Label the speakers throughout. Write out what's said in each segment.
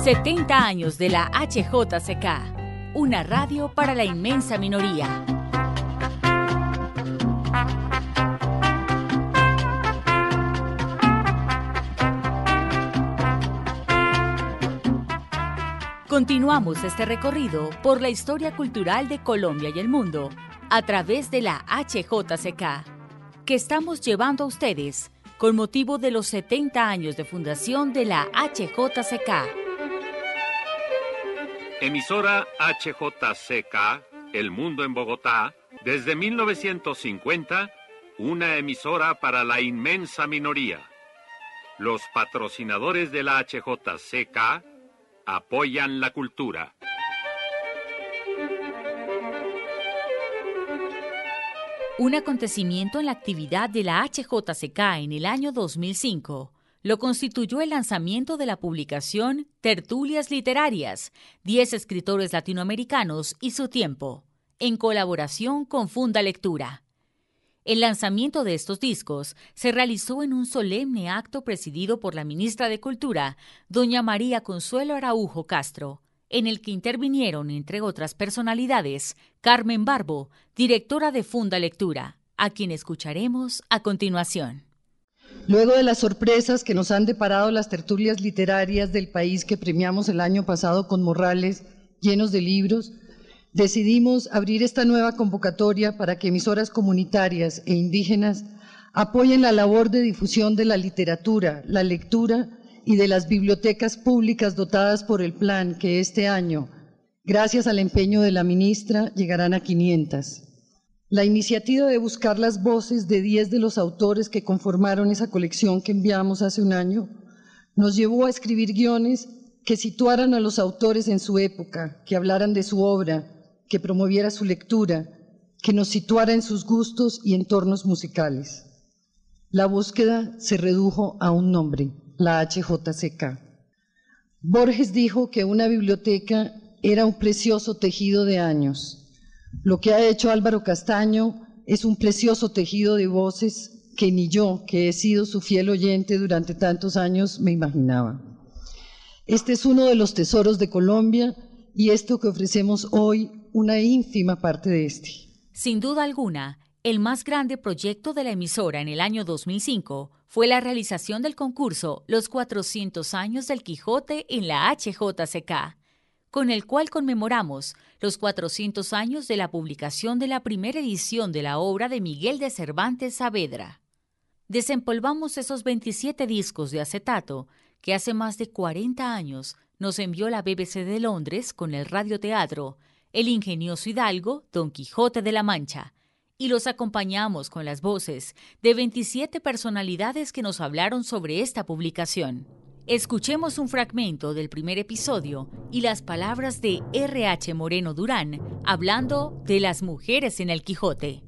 Speaker 1: 70 años de la HJCK, una radio para la inmensa minoría. Continuamos este recorrido por la historia cultural de Colombia y el mundo a través de la HJCK, que estamos llevando a ustedes con motivo de los 70 años de fundación de la HJCK.
Speaker 2: Emisora HJCK, El Mundo en Bogotá, desde 1950, una emisora para la inmensa minoría. Los patrocinadores de la HJCK apoyan la cultura.
Speaker 1: Un acontecimiento en la actividad de la HJCK en el año 2005 lo constituyó el lanzamiento de la publicación Tertulias Literarias, 10 escritores latinoamericanos y su tiempo, en colaboración con Funda Lectura. El lanzamiento de estos discos se realizó en un solemne acto presidido por la ministra de Cultura, doña María Consuelo Araujo Castro, en el que intervinieron, entre otras personalidades, Carmen Barbo, directora de Funda Lectura, a quien escucharemos a continuación.
Speaker 3: Luego de las sorpresas que nos han deparado las tertulias literarias del país que premiamos el año pasado con morrales llenos de libros, decidimos abrir esta nueva convocatoria para que emisoras comunitarias e indígenas apoyen la labor de difusión de la literatura, la lectura y de las bibliotecas públicas dotadas por el plan que este año, gracias al empeño de la ministra, llegarán a 500. La iniciativa de buscar las voces de 10 de los autores que conformaron esa colección que enviamos hace un año nos llevó a escribir guiones que situaran a los autores en su época, que hablaran de su obra, que promoviera su lectura, que nos situara en sus gustos y entornos musicales. La búsqueda se redujo a un nombre, la HJCK. Borges dijo que una biblioteca era un precioso tejido de años. Lo que ha hecho Álvaro Castaño es un precioso tejido de voces que ni yo, que he sido su fiel oyente durante tantos años, me imaginaba. Este es uno de los tesoros de Colombia y esto que ofrecemos hoy, una ínfima parte de este.
Speaker 1: Sin duda alguna, el más grande proyecto de la emisora en el año 2005 fue la realización del concurso Los 400 años del Quijote en la HJCK, con el cual conmemoramos los 400 años de la publicación de la primera edición de la obra de Miguel de Cervantes Saavedra. Desempolvamos esos 27 discos de acetato que hace más de 40 años nos envió la BBC de Londres con el radioteatro El ingenioso hidalgo Don Quijote de la Mancha, y los acompañamos con las voces de 27 personalidades que nos hablaron sobre esta publicación. Escuchemos un fragmento del primer episodio y las palabras de R.H. Moreno Durán hablando de las mujeres en el Quijote.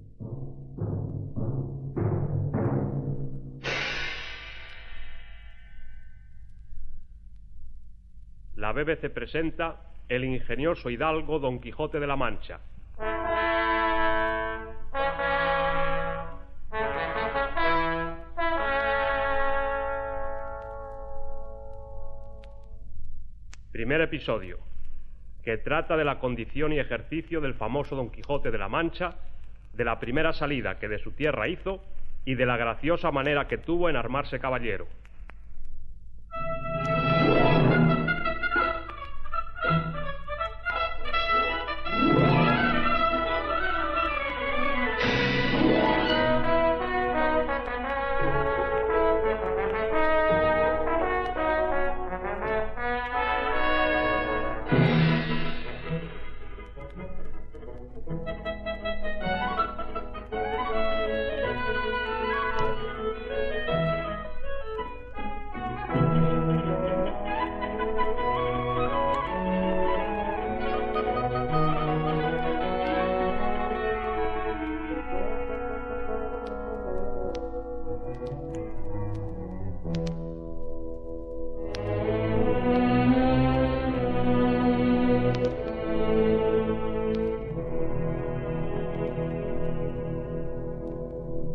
Speaker 4: La BBC presenta El ingenioso hidalgo Don Quijote de la Mancha. Primer episodio, que trata de la condición y ejercicio del famoso Don Quijote de la Mancha, de la primera salida que de su tierra hizo y de la graciosa manera que tuvo en armarse caballero.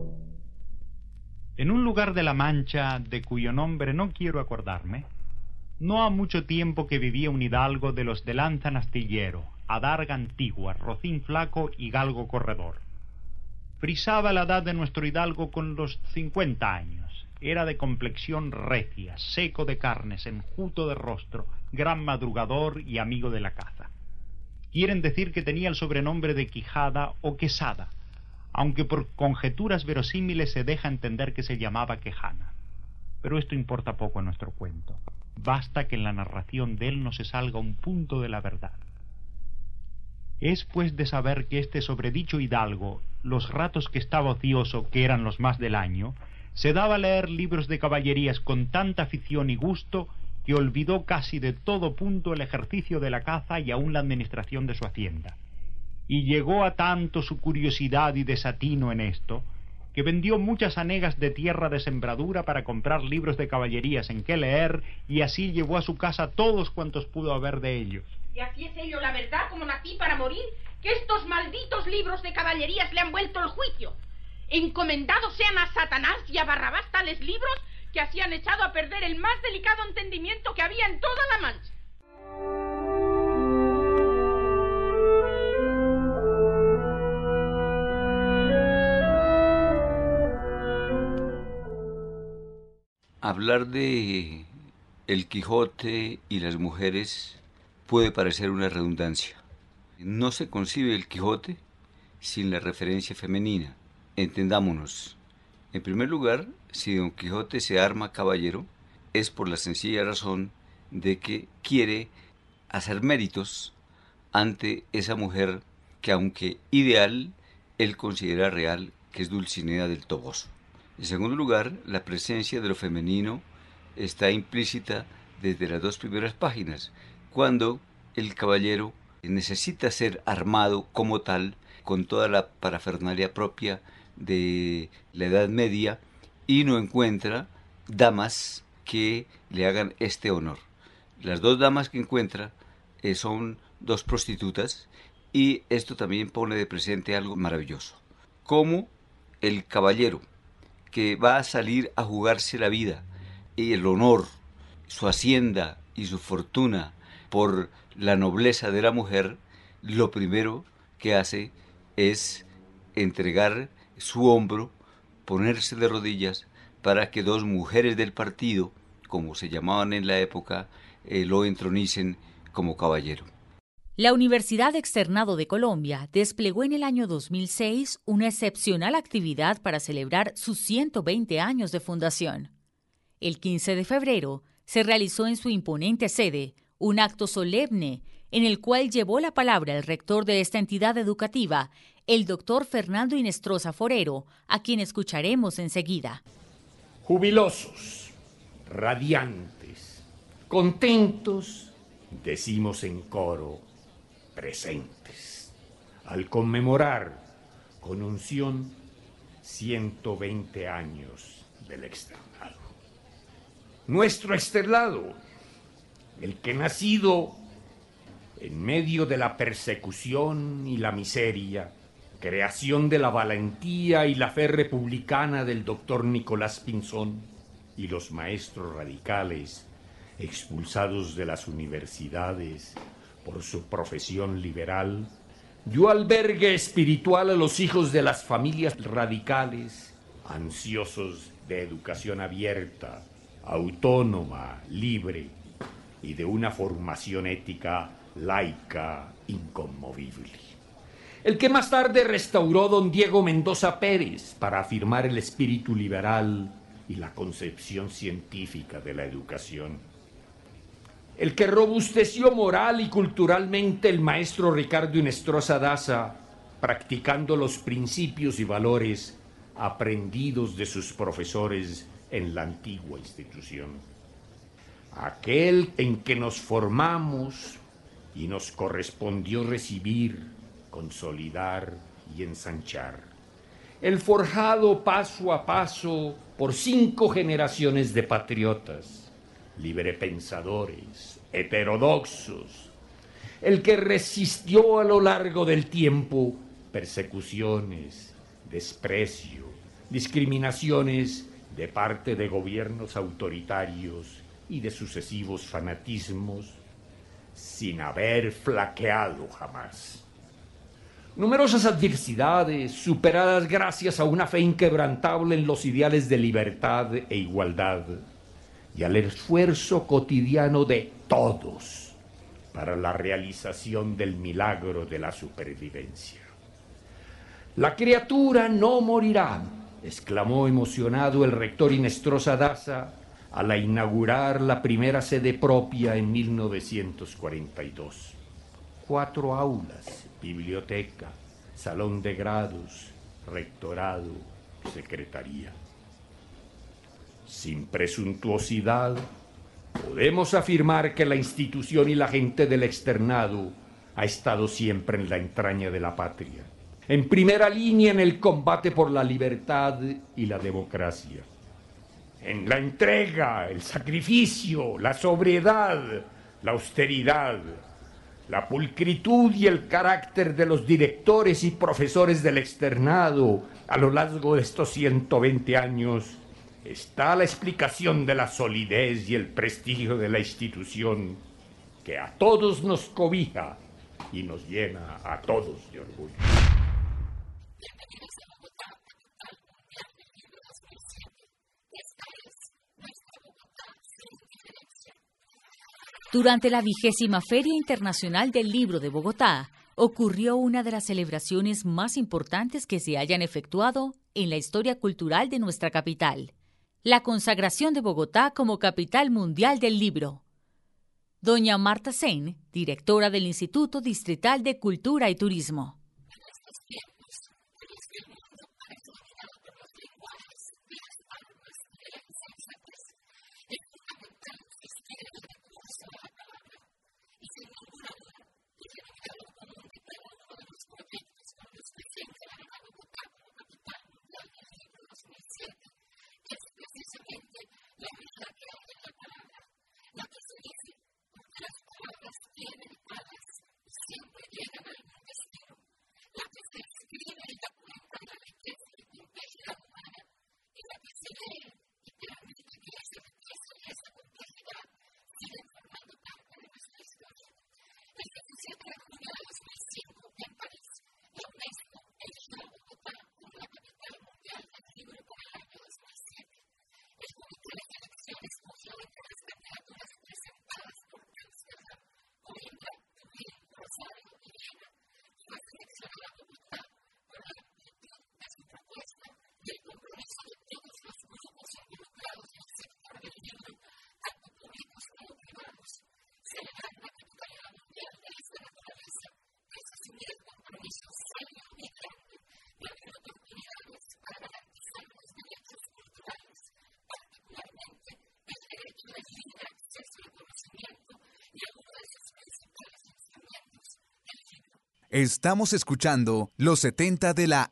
Speaker 5: En un lugar de la Mancha, de cuyo nombre no quiero acordarme, No ha mucho tiempo que vivía un hidalgo de los de lanza en astillero, adarga antigua, rocín flaco y galgo corredor. Frisaba la edad de nuestro hidalgo con los 50 años. Era de complexión recia, seco de carnes, enjuto de rostro, gran madrugador y amigo de la caza. Quieren decir que tenía el sobrenombre de Quijada o Quesada, aunque por conjeturas verosímiles se deja entender que se llamaba Quejana. Pero esto importa poco en nuestro cuento. Basta que en la narración de él no se salga un punto de la verdad. Es pues de saber que este sobredicho hidalgo, los ratos que estaba ocioso, que eran los más del año, se daba a leer libros de caballerías con tanta afición y gusto que olvidó casi de todo punto el ejercicio de la caza y aun la administración de su hacienda. Y llegó a tanto su curiosidad y desatino en esto, que vendió muchas hanegas de tierra de sembradura para comprar libros de caballerías en que leer, y así llevó a su casa todos cuantos pudo haber de ellos.
Speaker 6: Y así es ello la verdad, como nací para morir, que estos malditos libros de caballerías le han vuelto el juicio. Encomendados sean a Satanás y a Barrabás tales libros que así han echado a perder el más delicado entendimiento que había en toda la Mancha.
Speaker 7: Hablar de el Quijote y las mujeres puede parecer una redundancia. No se concibe el Quijote sin la referencia femenina. Entendámonos. En primer lugar, si Don Quijote se arma caballero, es por la sencilla razón de que quiere hacer méritos ante esa mujer que, aunque ideal, él considera real, que es Dulcinea del Toboso. En segundo lugar, la presencia de lo femenino está implícita desde las dos primeras páginas, cuando el caballero necesita ser armado como tal, con toda la parafernalia propia de la Edad Media, y no encuentra damas que le hagan este honor. Las dos damas que encuentra son dos prostitutas, y esto también pone de presente algo maravilloso. Como el caballero que va a salir a jugarse la vida y el honor, su hacienda y su fortuna por la nobleza de la mujer, lo primero que hace es entregar su hombro, ponerse de rodillas para que dos mujeres del partido, como se llamaban en la época, lo entronicen como caballero.
Speaker 1: La Universidad Externado de Colombia desplegó en el año 2006 una excepcional actividad para celebrar sus 120 años de fundación. El 15 de febrero se realizó en su imponente sede un acto solemne en el cual llevó la palabra el rector de esta entidad educativa, el doctor Fernando Inestrosa Forero, a quien escucharemos enseguida.
Speaker 8: Jubilosos, radiantes, contentos, decimos en coro, presentes, al conmemorar con unción 120 años del externado. Nuestro externado, el que nacido en medio de la persecución y la miseria, creación de la valentía y la fe republicana del doctor Nicolás Pinzón y los maestros radicales expulsados de las universidades por su profesión liberal, dio albergue espiritual a los hijos de las familias radicales, ansiosos de educación abierta, autónoma, libre y de una formación ética laica, inconmovible. El que más tarde restauró don Diego Mendoza Pérez para afirmar el espíritu liberal y la concepción científica de la educación. El que robusteció moral y culturalmente el maestro Ricardo Inestrosa Daza, practicando los principios y valores aprendidos de sus profesores en la antigua institución. Aquel en que nos formamos y nos correspondió recibir, consolidar y ensanchar. El forjado paso a paso por 5 generaciones de patriotas, librepensadores, heterodoxos, el que resistió a lo largo del tiempo persecuciones, desprecio, discriminaciones de parte de gobiernos autoritarios y de sucesivos fanatismos, sin haber flaqueado jamás. Numerosas adversidades, superadas gracias a una fe inquebrantable en los ideales de libertad e igualdad, y al esfuerzo cotidiano de todos para la realización del milagro de la supervivencia. La criatura no morirá, exclamó emocionado el rector Inestrosa Daza al inaugurar la primera sede propia en 1942. 4 aulas, biblioteca, salón de grados, rectorado, secretaría. Sin presuntuosidad, podemos afirmar que la institución y la gente del externado ha estado siempre en la entraña de la patria, en primera línea en el combate por la libertad y la democracia. En la entrega, el sacrificio, la sobriedad, la austeridad, la pulcritud y el carácter de los directores y profesores del externado a lo largo de estos 120 años está la explicación de la solidez y el prestigio de la institución que a todos nos cobija y nos llena a todos de orgullo.
Speaker 1: Durante la 20ª Feria Internacional del Libro de Bogotá, ocurrió una de las celebraciones más importantes que se hayan efectuado en la historia cultural de nuestra capital: la consagración de Bogotá como Capital Mundial del Libro. Doña Marta Sen, directora del Instituto Distrital de Cultura y Turismo.
Speaker 9: Estamos escuchando Los 70 de la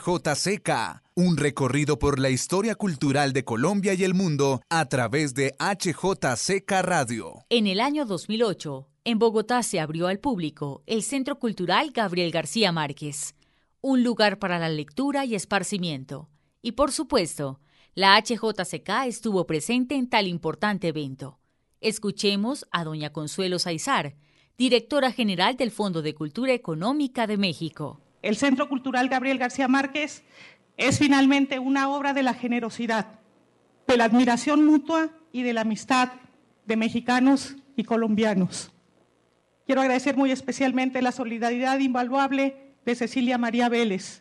Speaker 9: HJCK, un recorrido por la historia cultural de Colombia y el mundo a través de HJCK Radio.
Speaker 1: En el año 2008, en Bogotá se abrió al público el Centro Cultural Gabriel García Márquez, un lugar para la lectura y esparcimiento. Y por supuesto, la HJCK estuvo presente en tal importante evento. Escuchemos a doña Consuelo Saizar, directora general del Fondo de Cultura Económica de México.
Speaker 10: El Centro Cultural Gabriel García Márquez es finalmente una obra de la generosidad, de la admiración mutua y de la amistad de mexicanos y colombianos. Quiero agradecer muy especialmente la solidaridad invaluable de Cecilia María Vélez,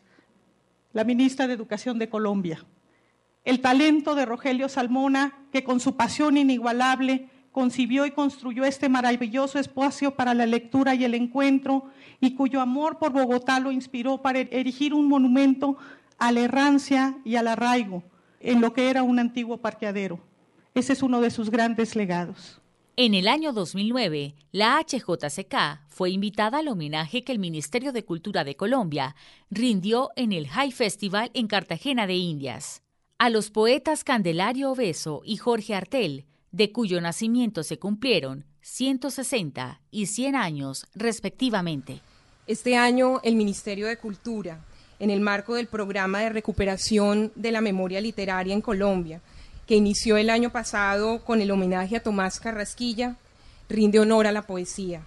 Speaker 10: la ministra de Educación de Colombia, el talento de Rogelio Salmona, que con su pasión inigualable concibió y construyó este maravilloso espacio para la lectura y el encuentro, y cuyo amor por Bogotá lo inspiró para erigir un monumento a la errancia y al arraigo en lo que era un antiguo parqueadero. Ese es uno de sus grandes legados.
Speaker 1: En el año 2009, la HJCK fue invitada al homenaje que el Ministerio de Cultura de Colombia rindió en el High Festival en Cartagena de Indias. A los poetas Candelario Obeso y Jorge Artel, de cuyo nacimiento se cumplieron 160 y 100 años respectivamente.
Speaker 11: Este año el Ministerio de Cultura, en el marco del Programa de Recuperación de la Memoria Literaria en Colombia que inició el año pasado con el homenaje a Tomás Carrasquilla, rinde honor a la poesía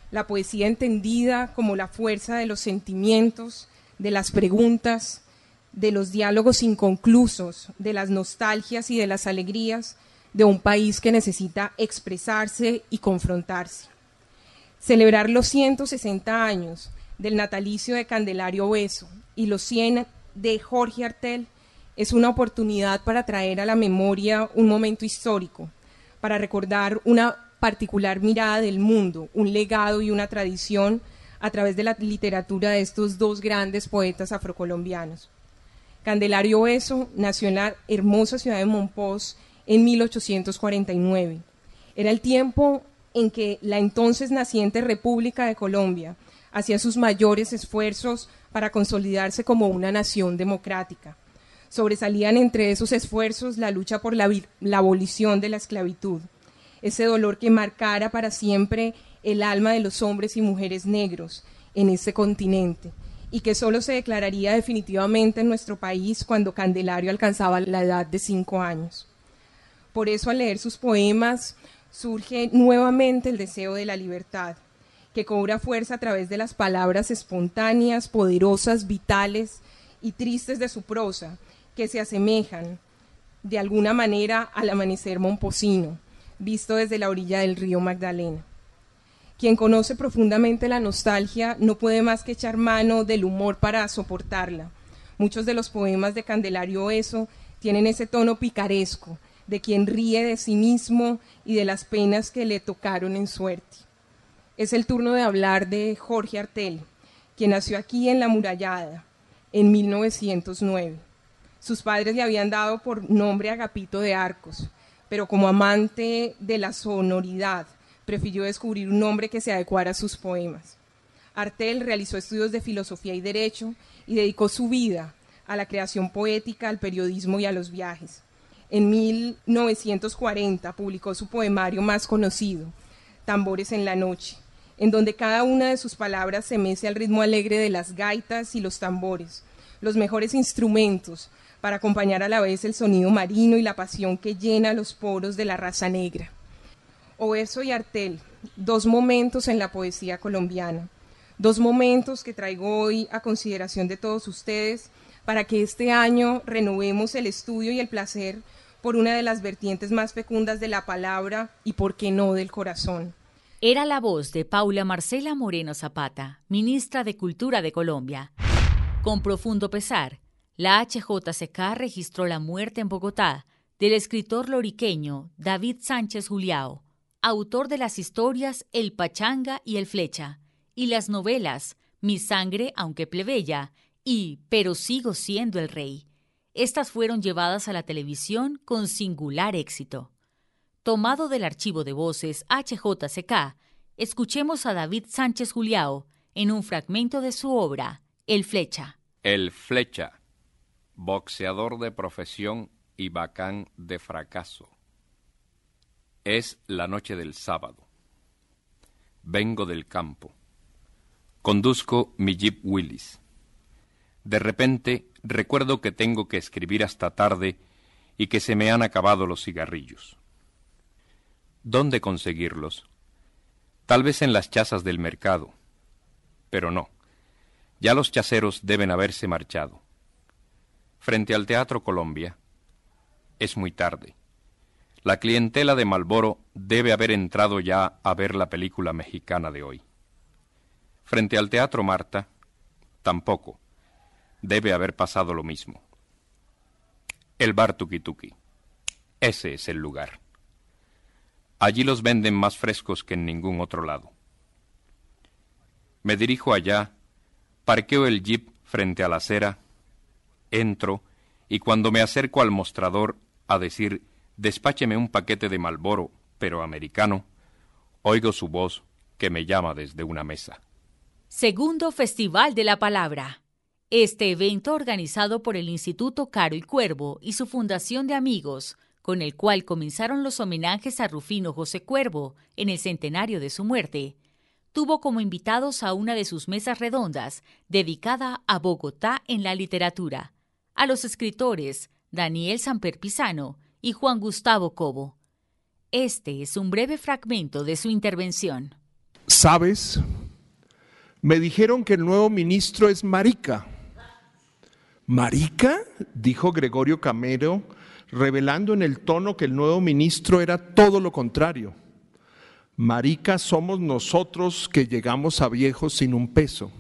Speaker 11: entendida como la fuerza de los sentimientos, de las preguntas, de los diálogos inconclusos, de las nostalgias y de las alegrías de un país que necesita expresarse y confrontarse. Celebrar los 160 años del natalicio de Candelario Beso y los 100 de Jorge Artel es una oportunidad para traer a la memoria un momento histórico, para recordar una particular mirada del mundo, un legado y una tradición a través de la literatura de estos dos grandes poetas afrocolombianos. Candelario Beso nació en la hermosa ciudad de Mompox en 1849. Era el tiempo en que la entonces naciente República de Colombia hacía sus mayores esfuerzos para consolidarse como una nación democrática. Sobresalían entre esos esfuerzos la lucha por la abolición de la esclavitud, ese dolor que marcara para siempre el alma de los hombres y mujeres negros en este continente, y que solo se declararía definitivamente en nuestro país cuando Candelario alcanzaba la edad de 5 años. Por eso, al leer sus poemas, surge nuevamente el deseo de la libertad, que cobra fuerza a través de las palabras espontáneas, poderosas, vitales y tristes de su prosa, que se asemejan de alguna manera al amanecer momposino, visto desde la orilla del río Magdalena. Quien conoce profundamente la nostalgia no puede más que echar mano del humor para soportarla. Muchos de los poemas de Candelario Beso tienen ese tono picaresco, de quien ríe de sí mismo y de las penas que le tocaron en suerte. Es el turno de hablar de Jorge Artel, quien nació aquí en La Murallada, en 1909. Sus padres le habían dado por nombre Agapito de Arcos, pero como amante de la sonoridad, prefirió descubrir un nombre que se adecuara a sus poemas. Artel realizó estudios de filosofía y derecho y dedicó su vida a la creación poética, al periodismo y a los viajes. En 1940 publicó su poemario más conocido, Tambores en la noche, en donde cada una de sus palabras se mece al ritmo alegre de las gaitas y los tambores, los mejores instrumentos para acompañar a la vez el sonido marino y la pasión que llena los poros de la raza negra. Beso y Artel, dos momentos en la poesía colombiana, dos momentos que traigo hoy a consideración de todos ustedes para que este año renovemos el estudio y el placer por una de las vertientes más fecundas de la palabra y, por qué no, del corazón.
Speaker 1: Era la voz de Paula Marcela Moreno Zapata, ministra de Cultura de Colombia. Con profundo pesar, la HJCK registró la muerte en Bogotá del escritor loriqueño David Sánchez Juliao, autor de las historias El Pachanga y El Flecha, y las novelas Mi sangre, aunque plebeya, y Pero sigo siendo el rey. Estas fueron llevadas a la televisión con singular éxito. Tomado del archivo de voces HJCK, escuchemos a David Sánchez Juliao en un fragmento de su obra, El Flecha.
Speaker 2: El Flecha, boxeador de profesión y bacán de fracaso. Es la noche del sábado. Vengo del campo. Conduzco mi Jeep Willys. De repente recuerdo que tengo que escribir hasta tarde y que se me han acabado los cigarrillos. ¿Dónde conseguirlos? Tal vez en las chazas del mercado. Pero no. Ya los chaceros deben haberse marchado. Frente al Teatro Colombia. Es muy tarde. La clientela de Marlboro debe haber entrado ya a ver la película mexicana de hoy. Frente al Teatro Marta, tampoco. Debe haber pasado lo mismo. El bar Tuki Tuki. Ese es el lugar. Allí los venden más frescos que en ningún otro lado. Me dirijo allá, parqueo el jeep frente a la acera, entro y cuando me acerco al mostrador a decir «Despácheme un paquete de Marlboro, pero americano», oigo su voz que me llama desde una mesa.
Speaker 1: Segundo Festival de la Palabra. Este evento, organizado por el Instituto Caro y Cuervo y su Fundación de Amigos, con el cual comenzaron los homenajes a Rufino José Cuervo en el centenario de su muerte, tuvo como invitados a una de sus mesas redondas dedicada a Bogotá en la literatura, a los escritores Daniel Samper Pisano y Juan Gustavo Cobo. Este es un breve fragmento de su intervención.
Speaker 12: ¿Sabes? Me dijeron que el nuevo ministro es marica. ¿Marica?, dijo Gregorio Camero, revelando en el tono que el nuevo ministro era todo lo contrario. Marica somos nosotros que llegamos a viejos sin un peso.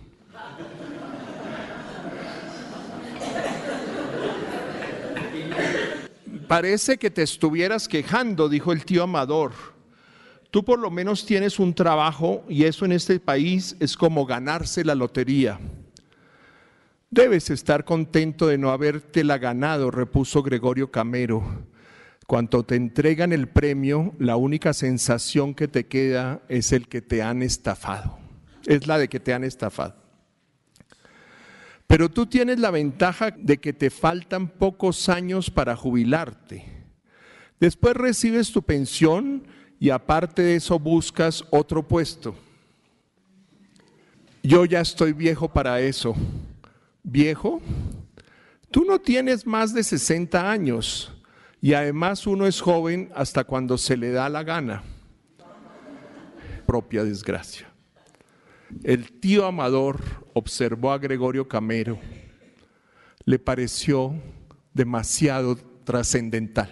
Speaker 12: Parece que te estuvieras quejando, dijo el tío Amador. Tú por lo menos tienes un trabajo y eso en este país es como ganarse la lotería. Debes estar contento de no habértela ganado, repuso Gregorio Camero. Cuando te entregan el premio, la única sensación que te queda es el que te han estafado. Es la de que te han estafado. Pero tú tienes la ventaja de que te faltan pocos años para jubilarte. Después recibes tu pensión y aparte de eso buscas otro puesto. Yo ya estoy viejo para eso. ¿Viejo? Tú no tienes más de 60 años y además uno es joven hasta cuando se le da la gana. Propia desgracia. El tío Amador observó a Gregorio Camero. Le pareció demasiado trascendental.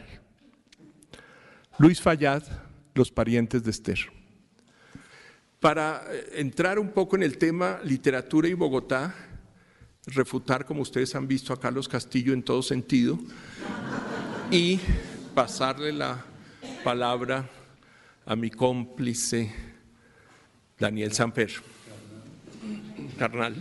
Speaker 12: Luis Fayad, Los parientes de Esther. Para entrar un poco en el tema literatura y Bogotá, refutar, como ustedes han visto, a Carlos Castillo en todo sentido y pasarle la palabra a mi cómplice Daniel Samper. Carnal.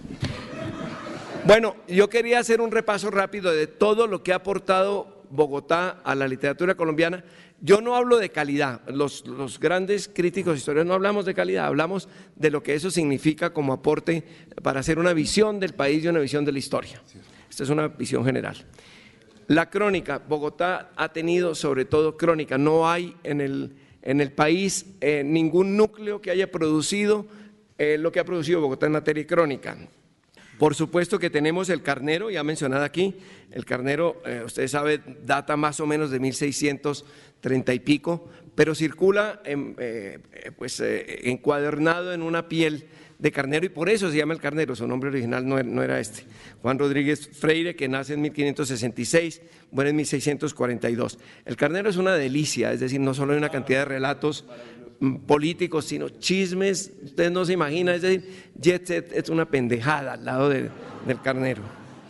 Speaker 13: Bueno, yo quería hacer un repaso rápido de todo lo que ha aportado Bogotá a la literatura colombiana. Yo no hablo de calidad, los grandes críticos historiadores no hablamos de calidad, hablamos de lo que eso significa como aporte para hacer una visión del país y una visión de la historia. Esta es una visión general. La crónica, Bogotá ha tenido sobre todo crónica, no hay en el país ningún núcleo que haya producido lo que ha producido Bogotá en materia crónica. Por supuesto que tenemos el Carnero, ya mencionado aquí, el Carnero, ustedes saben, data más o menos de 1630 y pico, pero circula encuadernado en una piel de carnero y por eso se llama el Carnero, su nombre original no era este. Juan Rodríguez Freire, que nace en 1566, muere en 1642. El Carnero es una delicia, es decir, no solo hay una cantidad de relatos políticos, sino chismes, ustedes no se imaginan, es decir, Jet Set es una pendejada al lado del Carnero.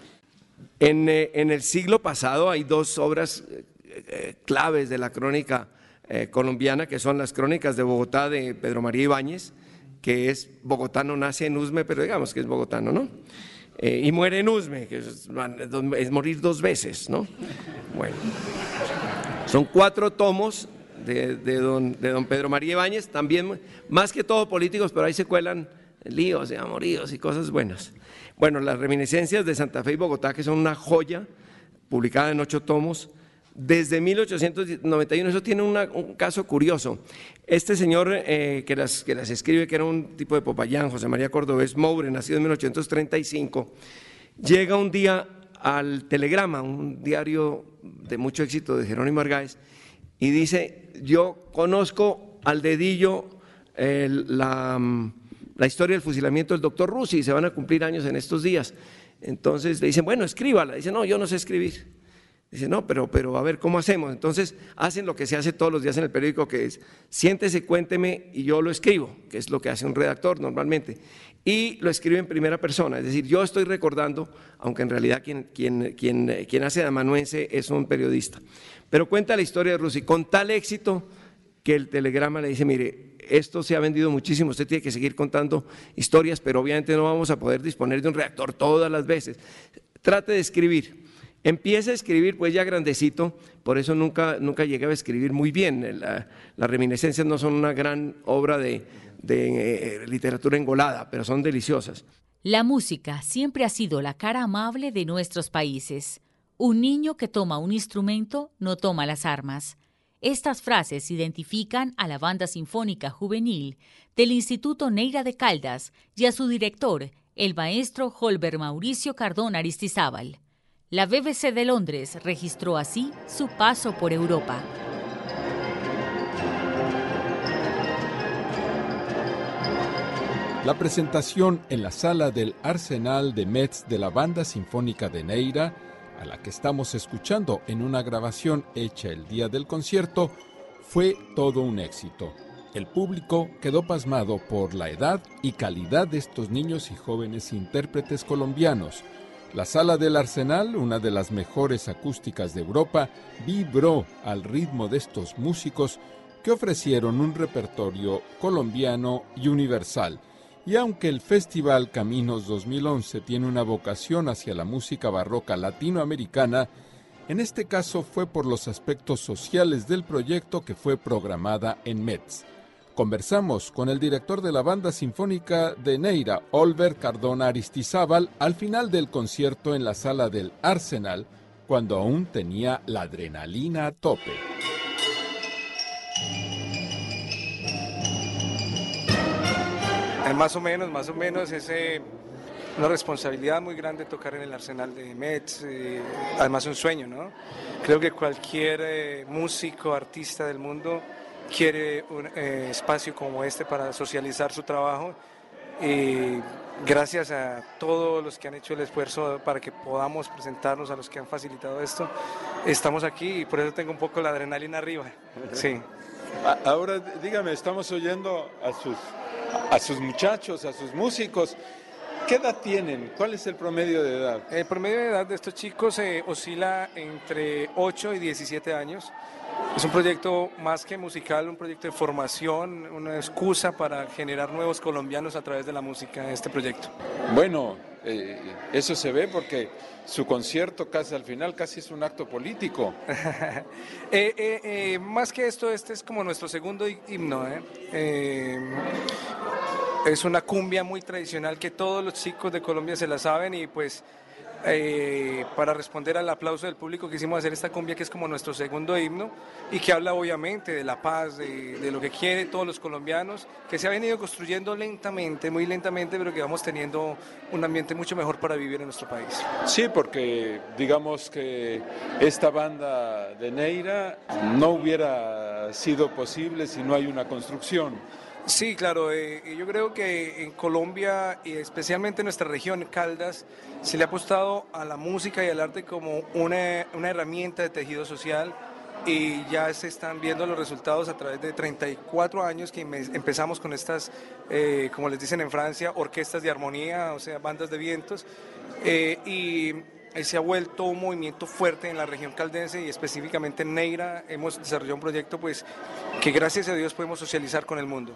Speaker 13: En el siglo pasado hay dos obras claves de la crónica colombiana, que son las Crónicas de Bogotá de Pedro María Ibáñez, que es bogotano, nace en Usme, pero digamos que es bogotano, ¿no? Y muere en Usme, que es morir dos veces, ¿no? Bueno, son 4 tomos de don Pedro María Ibáñez, también más que todo políticos, pero ahí se cuelan líos y amoríos y cosas buenas. Bueno, las reminiscencias de Santa Fe y Bogotá, que son una joya, publicada en 8 tomos, desde 1891, eso tiene un caso curioso. Este señor que las escribe, que era un tipo de Popayán, José María Cordobés Moure, nacido en 1835, llega un día al Telegrama, un diario de mucho éxito de Jerónimo Argáez, y dice: yo conozco al dedillo la historia del fusilamiento del doctor Rusi, y se van a cumplir años en estos días. Entonces le dicen: bueno, escríbala. Dice: no, yo no sé escribir. Dice: no, pero a ver, ¿cómo hacemos? Entonces hacen lo que se hace todos los días en el periódico, que es: siéntese, cuénteme y yo lo escribo, que es lo que hace un redactor normalmente. Y lo escribe en primera persona, es decir, yo estoy recordando, aunque en realidad quien hace de amanuense es un periodista. Pero cuenta la historia de Rusi con tal éxito que el Telegrama le dice: mire, esto se ha vendido muchísimo, usted tiene que seguir contando historias, pero obviamente no vamos a poder disponer de un redactor todas las veces. Trate de escribir. Empieza a escribir pues ya grandecito, por eso nunca llegaba a escribir muy bien. Las reminiscencias no son una gran obra de literatura engolada, pero son deliciosas.
Speaker 1: La música siempre ha sido la cara amable de nuestros países. Un niño que toma un instrumento no toma las armas. Estas frases identifican a la Banda Sinfónica Juvenil del Instituto Neira de Caldas y a su director, el maestro Holber Mauricio Cardona Aristizábal. La BBC de Londres registró así su paso por Europa.
Speaker 14: La presentación en la sala del Arsenal de Metz de la Banda Sinfónica de Neira, a la que estamos escuchando en una grabación hecha el día del concierto, fue todo un éxito. El público quedó pasmado por la edad y calidad de estos niños y jóvenes intérpretes colombianos. La sala del Arsenal, una de las mejores acústicas de Europa, vibró al ritmo de estos músicos que ofrecieron un repertorio colombiano y universal. Y aunque el Festival Caminos 2011 tiene una vocación hacia la música barroca latinoamericana, en este caso fue por los aspectos sociales del proyecto que fue programada en Metz. Conversamos con el director de la Banda Sinfónica de Neira, Oliver Cardona Aristizábal, al final del concierto en la sala del Arsenal, cuando aún tenía la adrenalina a tope.
Speaker 15: Más o menos es una responsabilidad muy grande tocar en el Arsenal de Metz, además un sueño, ¿no? Creo que cualquier músico, artista del mundo quiere un espacio como este para socializar su trabajo, y gracias a todos los que han hecho el esfuerzo para que podamos presentarnos, a los que han facilitado esto, estamos aquí y por eso tengo un poco la adrenalina arriba. Sí.
Speaker 14: Ahora dígame, estamos oyendo a sus muchachos, a sus músicos. ¿Qué edad tienen? ¿Cuál es el promedio de edad?
Speaker 15: El promedio de edad de estos chicos oscila entre 8 y 17 años. Es un proyecto más que musical, un proyecto de formación, una excusa para generar nuevos colombianos a través de la música, este proyecto.
Speaker 14: Bueno, eso se ve porque su concierto casi al final casi es un acto político.
Speaker 15: Más que esto, este es como nuestro segundo himno. Es una cumbia muy tradicional que todos los chicos de Colombia se la saben y pues para responder al aplauso del público quisimos hacer esta cumbia que es como nuestro segundo himno y que habla obviamente de la paz, de lo que quieren todos los colombianos, que se ha venido construyendo lentamente, muy lentamente, pero que vamos teniendo un ambiente mucho mejor para vivir en nuestro país.
Speaker 14: Sí, porque digamos que esta banda de Neira no hubiera sido posible si no hay una construcción.
Speaker 15: Sí, claro, yo creo que en Colombia y especialmente en nuestra región, Caldas, se le ha apostado a la música y al arte como una herramienta de tejido social y ya se están viendo los resultados a través de 34 años que empezamos con estas, como les dicen en Francia, orquestas de armonía, o sea, bandas de vientos, y se ha vuelto un movimiento fuerte en la región caldense y específicamente en Neira. Hemos desarrollado un proyecto pues, que gracias a Dios podemos socializar con el mundo.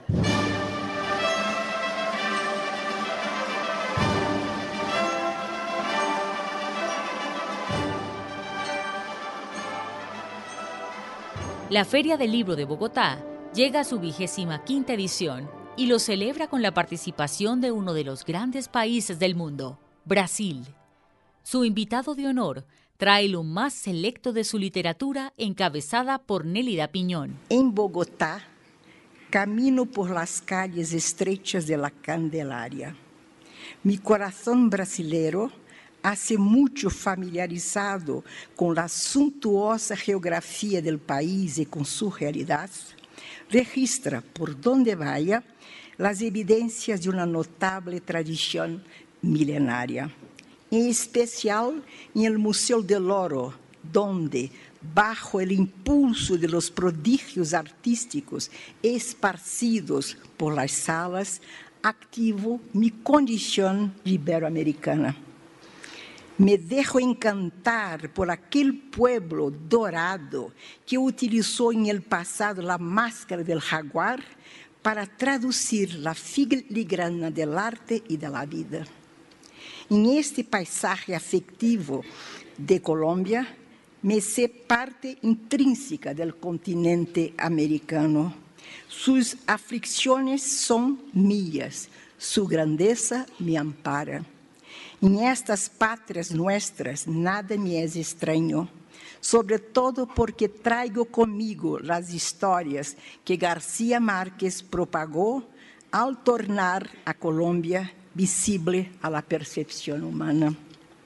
Speaker 1: La Feria del Libro de Bogotá llega a su 25ª edición y lo celebra con la participación de uno de los grandes países del mundo, Brasil. Su invitado de honor trae lo más selecto de su literatura encabezada por Nélida Piñón.
Speaker 16: En Bogotá, camino por las calles estrechas de la Candelaria. Mi corazón brasilero, hace mucho familiarizado con la suntuosa geografía del país y con su realidad, registra por donde vaya las evidencias de una notable tradición milenaria. En especial en el Museo del Oro, donde, bajo el impulso de los prodigios artísticos esparcidos por las salas, activo mi condición iberoamericana. Me dejo encantar por aquel pueblo dorado que utilizó en el pasado la máscara del jaguar para traducir la filigrana del arte y de la vida. En este paisaje afectivo de Colombia, me sé parte intrínseca del continente americano. Sus aflicciones son mías, su grandeza me ampara. En estas patrias nuestras nada me es extraño, sobre todo porque traigo conmigo las historias que García Márquez propagó al tornar a Colombia visible a la percepción humana.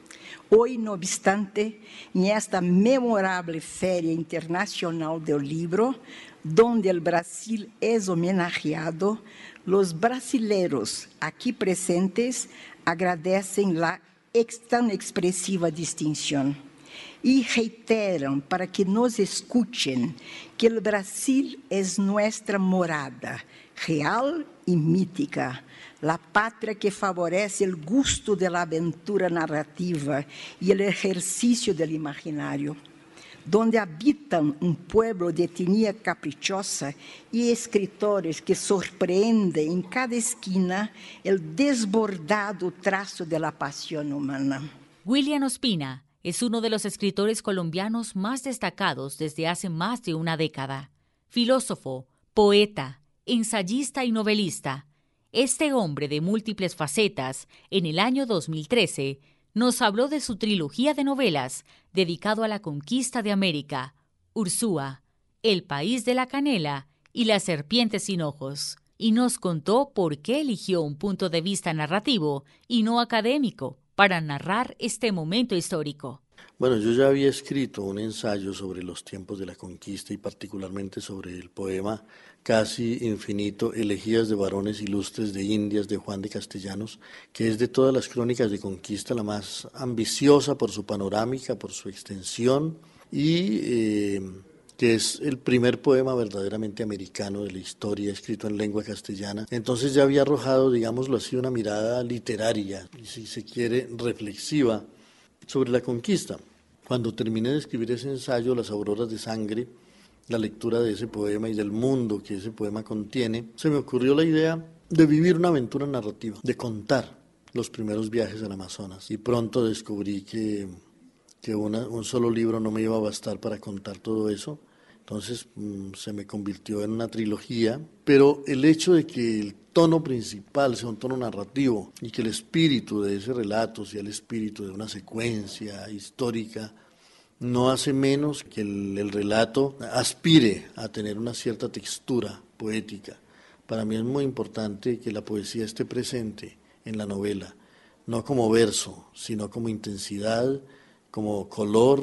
Speaker 16: Hoy, no obstante, en esta memorable Feria Internacional del Libro, donde el Brasil es homenajeado, los brasileros aquí presentes agradecen la tan expresiva distinción y reiteran para que nos escuchen que el Brasil es nuestra morada real y mítica, la patria que favorece el gusto de la aventura narrativa y el ejercicio del imaginario, donde habitan un pueblo de etnia caprichosa y escritores que sorprenden en cada esquina el desbordado trazo de la pasión humana.
Speaker 1: William Ospina es uno de los escritores colombianos más destacados desde hace más de una década. Filósofo, poeta, ensayista y novelista, este hombre de múltiples facetas, en el año 2013, nos habló de su trilogía de novelas dedicado a la conquista de América, Ursúa, El país de la canela y La serpiente sin ojos, y nos contó por qué eligió un punto de vista narrativo y no académico para narrar este momento histórico.
Speaker 17: Bueno, yo ya había escrito un ensayo sobre los tiempos de la conquista y particularmente sobre el poema casi infinito Elegías de varones ilustres de Indias de Juan de Castellanos, que es de todas las crónicas de conquista la más ambiciosa por su panorámica, por su extensión y que es el primer poema verdaderamente americano de la historia escrito en lengua castellana. Entonces ya había arrojado, digámoslo así, una mirada literaria y si se quiere reflexiva sobre la conquista. Cuando terminé de escribir ese ensayo, Las auroras de sangre, la lectura de ese poema y del mundo que ese poema contiene, se me ocurrió la idea de vivir una aventura narrativa, de contar los primeros viajes al Amazonas. Y pronto descubrí que un solo libro no me iba a bastar para contar todo eso. Entonces se me convirtió en una trilogía, pero el hecho de que el tono principal sea un tono narrativo y que el espíritu de ese relato sea el espíritu de una secuencia histórica, no hace menos que el relato aspire a tener una cierta textura poética. Para mí es muy importante que la poesía esté presente en la novela, no como verso, sino como intensidad, como color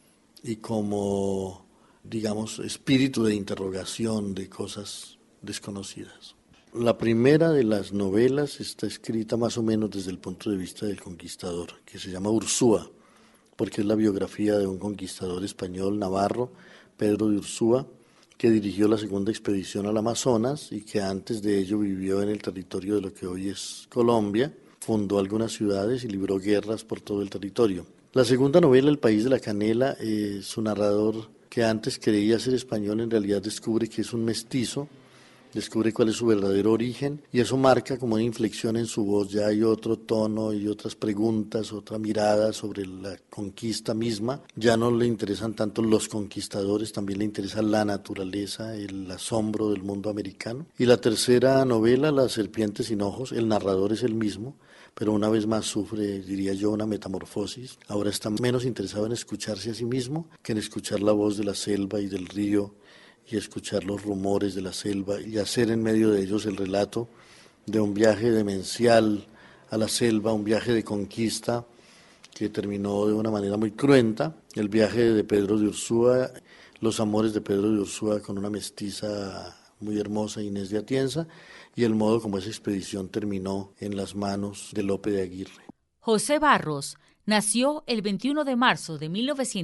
Speaker 17: y como, digamos, espíritu de interrogación de cosas desconocidas. La primera de las novelas está escrita más o menos desde el punto de vista del conquistador, que se llama Ursúa, porque es la biografía de un conquistador español, navarro, Pedro de Ursúa, que dirigió la segunda expedición al Amazonas y que antes de ello vivió en el territorio de lo que hoy es Colombia, fundó algunas ciudades y libró guerras por todo el territorio. La segunda novela, El país de la canela, su narrador, que antes creía ser español, en realidad descubre que es un mestizo, descubre cuál es su verdadero origen y eso marca como una inflexión en su voz. Ya hay otro tono y otras preguntas, otra mirada sobre la conquista misma. Ya no le interesan tanto los conquistadores, también le interesa la naturaleza, el asombro del mundo americano. Y la tercera novela, La serpiente sin ojos, el narrador es el mismo, pero una vez más sufre, diría yo, una metamorfosis. Ahora está menos interesado en escucharse a sí mismo que en escuchar la voz de la selva y del río y escuchar los rumores de la selva y hacer en medio de ellos el relato de un viaje demencial a la selva, un viaje de conquista que terminó de una manera muy cruenta, el viaje de Pedro de Ursúa, los amores de Pedro de Ursúa con una mestiza muy hermosa, Inés de Atienza, y el modo como esa expedición terminó en las manos de Lope de Aguirre.
Speaker 1: José Barros nació el 21 de marzo de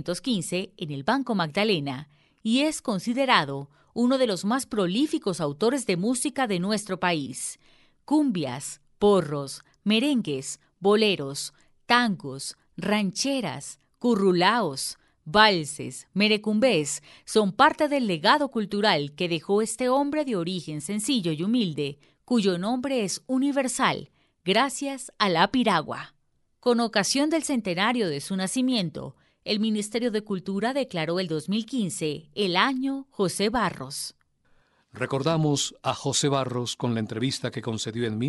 Speaker 1: 1915 en el Banco Magdalena, y es considerado uno de los más prolíficos autores de música de nuestro país. Cumbias, porros, merengues, boleros, tangos, rancheras, currulaos, valses, merecumbés son parte del legado cultural que dejó este hombre de origen sencillo y humilde, cuyo nombre es universal, gracias a la piragua. Con ocasión del centenario de su nacimiento, el Ministerio de Cultura declaró el 2015 el Año José Barros.
Speaker 18: Recordamos a José Barros con la entrevista que concedió en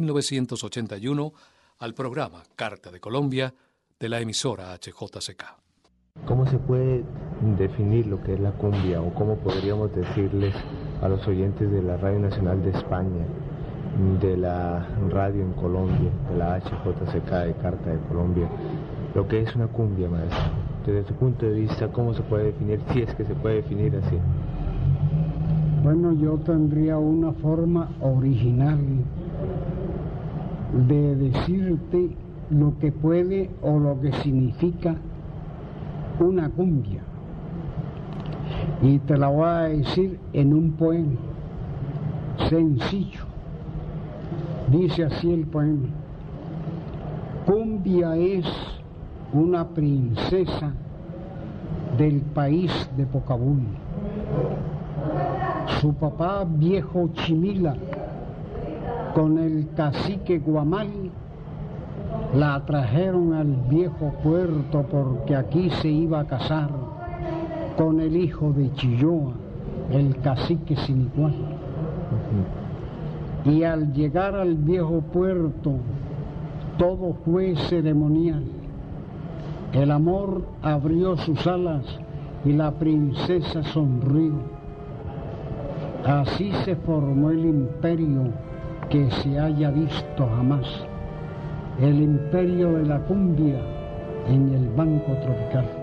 Speaker 18: 1981 al programa Carta de Colombia de la emisora HJCK.
Speaker 19: ¿Cómo se puede definir lo que es la cumbia o cómo podríamos decirle a los oyentes de la Radio Nacional de España, de la radio en Colombia, de la HJCK de Carta de Colombia, lo que es una cumbia, maestro. Desde su punto de vista, ¿cómo se puede definir, si es que se puede definir así?
Speaker 20: Bueno, yo tendría una forma original de decirte lo que puede o lo que significa una cumbia. Y te la voy a decir en un poema sencillo. Dice así el poema: cumbia es una princesa del país de Pocabul. Su papá, viejo Chimila, con el cacique Guamal, la trajeron al viejo puerto porque aquí se iba a casar con el hijo de Chilloa, el cacique sin igual. Y al llegar al viejo puerto, todo fue ceremonial. El amor abrió sus alas y la princesa sonrió. Así se formó el imperio que se haya visto jamás, el imperio de la cumbia en el Banco Tropical.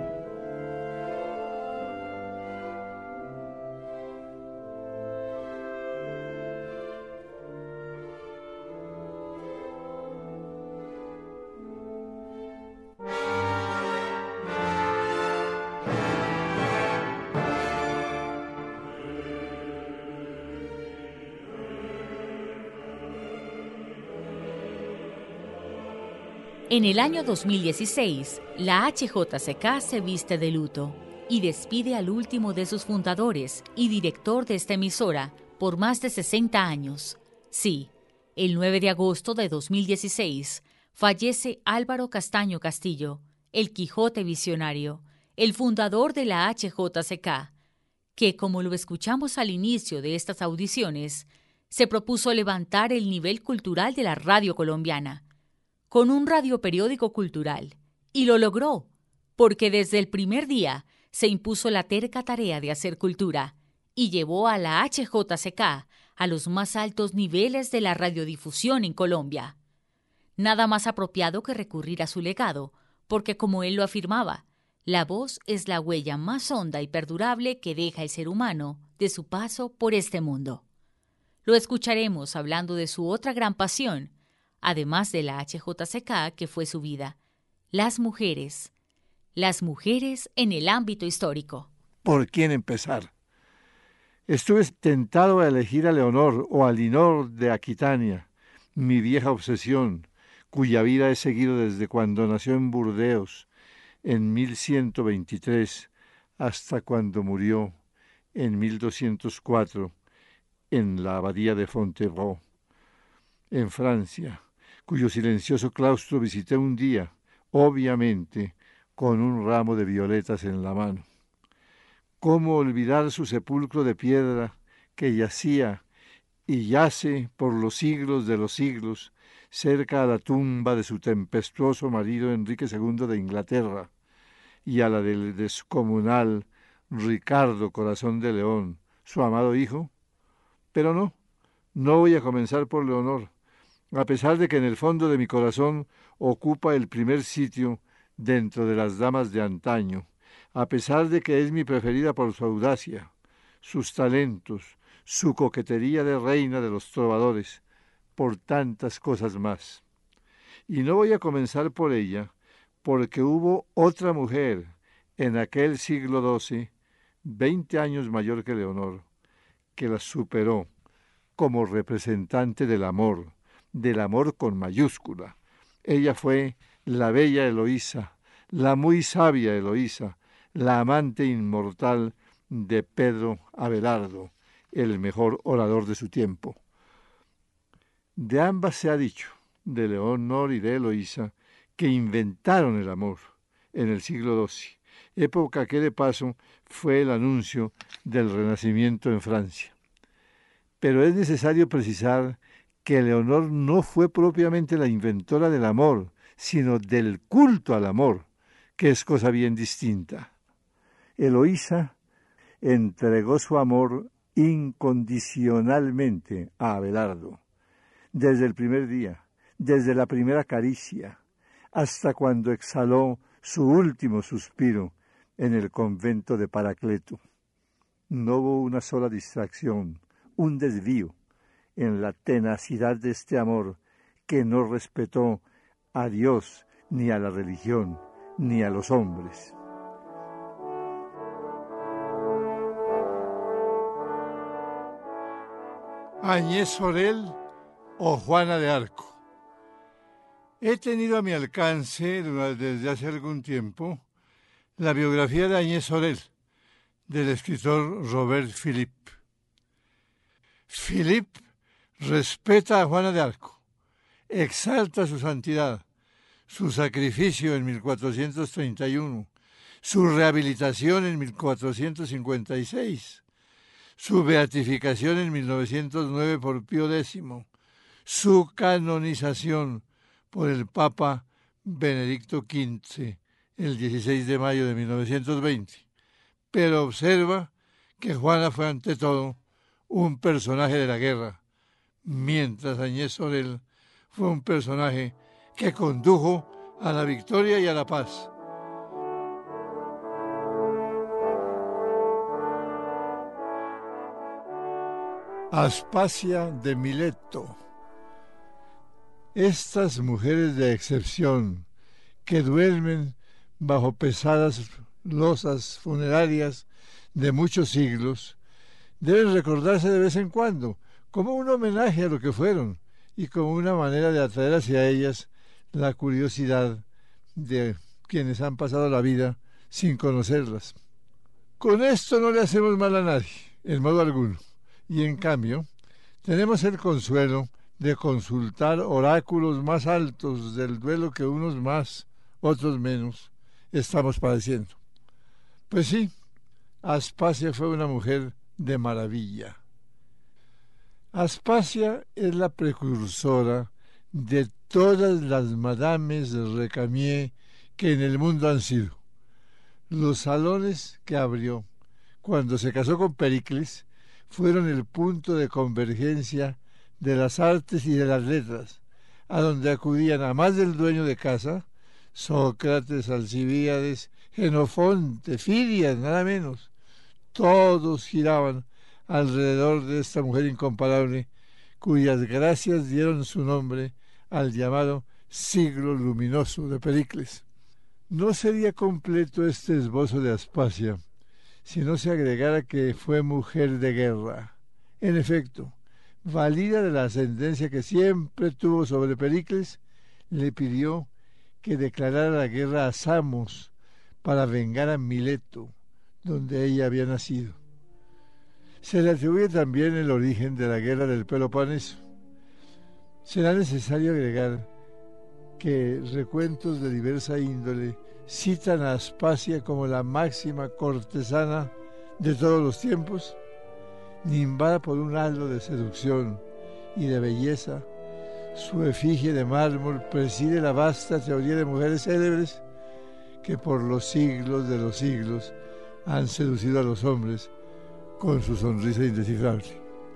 Speaker 1: En el año 2016, la HJCK se viste de luto y despide al último de sus fundadores y director de esta emisora por más de 60 años. Sí, el 9 de agosto de 2016 fallece Álvaro Castaño Castillo, el Quijote visionario, el fundador de la HJCK, que, como lo escuchamos al inicio de estas audiciones, se propuso levantar el nivel cultural de la radio colombiana con un radioperiódico cultural, y lo logró, porque desde el primer día se impuso la terca tarea de hacer cultura y llevó a la HJCK a los más altos niveles de la radiodifusión en Colombia. Nada más apropiado que recurrir a su legado, porque como él lo afirmaba, la voz es la huella más honda y perdurable que deja el ser humano de su paso por este mundo. Lo escucharemos hablando de su otra gran pasión, además de la HJCK, que fue su vida: las mujeres en el ámbito histórico.
Speaker 21: ¿Por quién empezar? Estuve tentado a elegir a Leonor o a Linor de Aquitania, mi vieja obsesión, cuya vida he seguido desde cuando nació en Burdeos, en 1123, hasta cuando murió, en 1204, en la abadía de Fontevraud, en Francia, cuyo silencioso claustro visité un día, obviamente con un ramo de violetas en la mano. ¿Cómo olvidar su sepulcro de piedra que yacía y yace por los siglos de los siglos cerca a la tumba de su tempestuoso marido Enrique II de Inglaterra y a la del descomunal Ricardo Corazón de León, su amado hijo? Pero no voy a comenzar por Leonor, a pesar de que en el fondo de mi corazón ocupa el primer sitio dentro de las damas de antaño, a pesar de que es mi preferida por su audacia, sus talentos, su coquetería de reina de los trovadores, por tantas cosas más. Y no voy a comenzar por ella, porque hubo otra mujer en aquel siglo XII, 20 años mayor que Leonor, que la superó como representante del amor con mayúscula. Ella fue la bella Eloísa, la muy sabia Eloísa, la amante inmortal de Pedro Abelardo, el mejor orador de su tiempo. De ambas se ha dicho, de Leonor y de Eloísa, que inventaron el amor en el siglo XII, época que de paso fue el anuncio del Renacimiento en Francia. Pero es necesario precisar que Leonor no fue propiamente la inventora del amor, sino del culto al amor, que es cosa bien distinta. Eloísa entregó su amor incondicionalmente a Abelardo, desde el primer día, desde la primera caricia, hasta cuando exhaló su último suspiro en el convento de Paracleto. No hubo una sola distracción, un desvío en la tenacidad de este amor que no respetó a Dios, ni a la religión, ni a los hombres. Agnès Sorel o Juana de Arco. He tenido a mi alcance desde hace algún tiempo la biografía de Agnès Sorel, del escritor Robert Philippe. Philippe respeta a Juana de Arco, exalta su santidad, su sacrificio en 1431, su rehabilitación en 1456, su beatificación en 1909 por Pío X, su canonización por el Papa Benedicto XV el 16 de mayo de 1920. Pero observa que Juana fue ante todo un personaje de la guerra, mientras Agnès Sorel fue un personaje que condujo a la victoria y a la paz. Aspasia de Mileto. Estas mujeres de excepción que duermen bajo pesadas losas funerarias de muchos siglos deben recordarse de vez en cuando como un homenaje a lo que fueron y como una manera de atraer hacia ellas la curiosidad de quienes han pasado la vida sin conocerlas. Con esto no le hacemos mal a nadie, en modo alguno, y en cambio tenemos el consuelo de consultar oráculos más altos del duelo que unos más, otros menos, estamos padeciendo. Pues sí, Aspasia fue una mujer de maravilla. Aspasia es la precursora de todas las madames de Recamier que en el mundo han sido. Los salones que abrió cuando se casó con Pericles fueron el punto de convergencia de las artes y de las letras, a donde acudían, a más del dueño de casa, Sócrates, Alcibíades, Jenofonte, Fidias, nada menos. Todos giraban alrededor de esta mujer incomparable, cuyas gracias dieron su nombre al llamado siglo luminoso de Pericles. No sería completo este esbozo de Aspasia si no se agregara que fue mujer de guerra. En efecto, valida de la ascendencia que siempre tuvo sobre Pericles, le pidió que declarara la guerra a Samos para vengar a Mileto, donde ella había nacido. Se le atribuye también el origen de la guerra del Peloponeso. Será necesario agregar que recuentos de diversa índole citan a Aspasia como la máxima cortesana de todos los tiempos, nimbada por un halo de seducción y de belleza. Su efigie de mármol preside la vasta teoría de mujeres célebres que por los siglos de los siglos han seducido a los hombres con su sonrisa indescifrable.